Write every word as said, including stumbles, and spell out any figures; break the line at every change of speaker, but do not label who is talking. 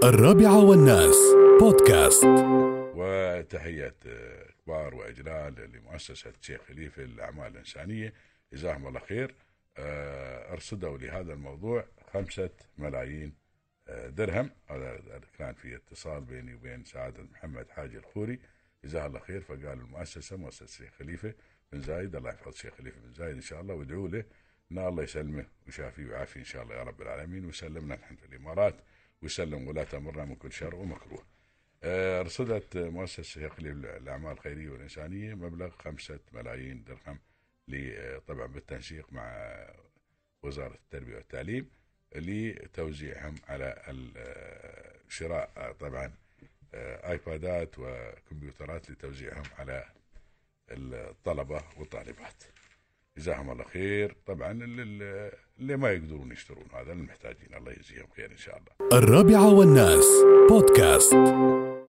الرابعة والناس بودكاست.
وتحية كبار وأجلال لمؤسسة الشيخ خليفة للأعمال الإنسانية، جزاهم الله خير. أرصدوا لهذا الموضوع خمسة ملايين درهم. هذا كان في اتصال بيني وبين سعادة محمد حاج الخوري، جزاه الله خير. فقال المؤسسة مؤسسة الشيخ خليفة بن زايد، الله يحفظ الشيخ خليفة بن زايد إن شاء الله، وادعوا له إن الله يسلمه ويشافيه ويعافيه إن شاء الله يا رب العالمين، ويسلمنا نحن في الإمارات، ويسلم ولاة أمرنا من كل شر ومكروه. رصدت مؤسسة الشيخ خليفة للأعمال الخيرية والإنسانية مبلغ خمسة ملايين درهم، طبعا بالتنسيق مع وزارة التربية والتعليم، لتوزيعهم على شراء طبعا آيبادات وكمبيوترات لتوزيعهم على الطلبة والطالبات، جزاهم الله خير. طبعا اللي ما يقدرون يشترون، هذا المحتاجين، الله يجزيهم خير إن شاء الله.
الرابعة والناس بودكاست.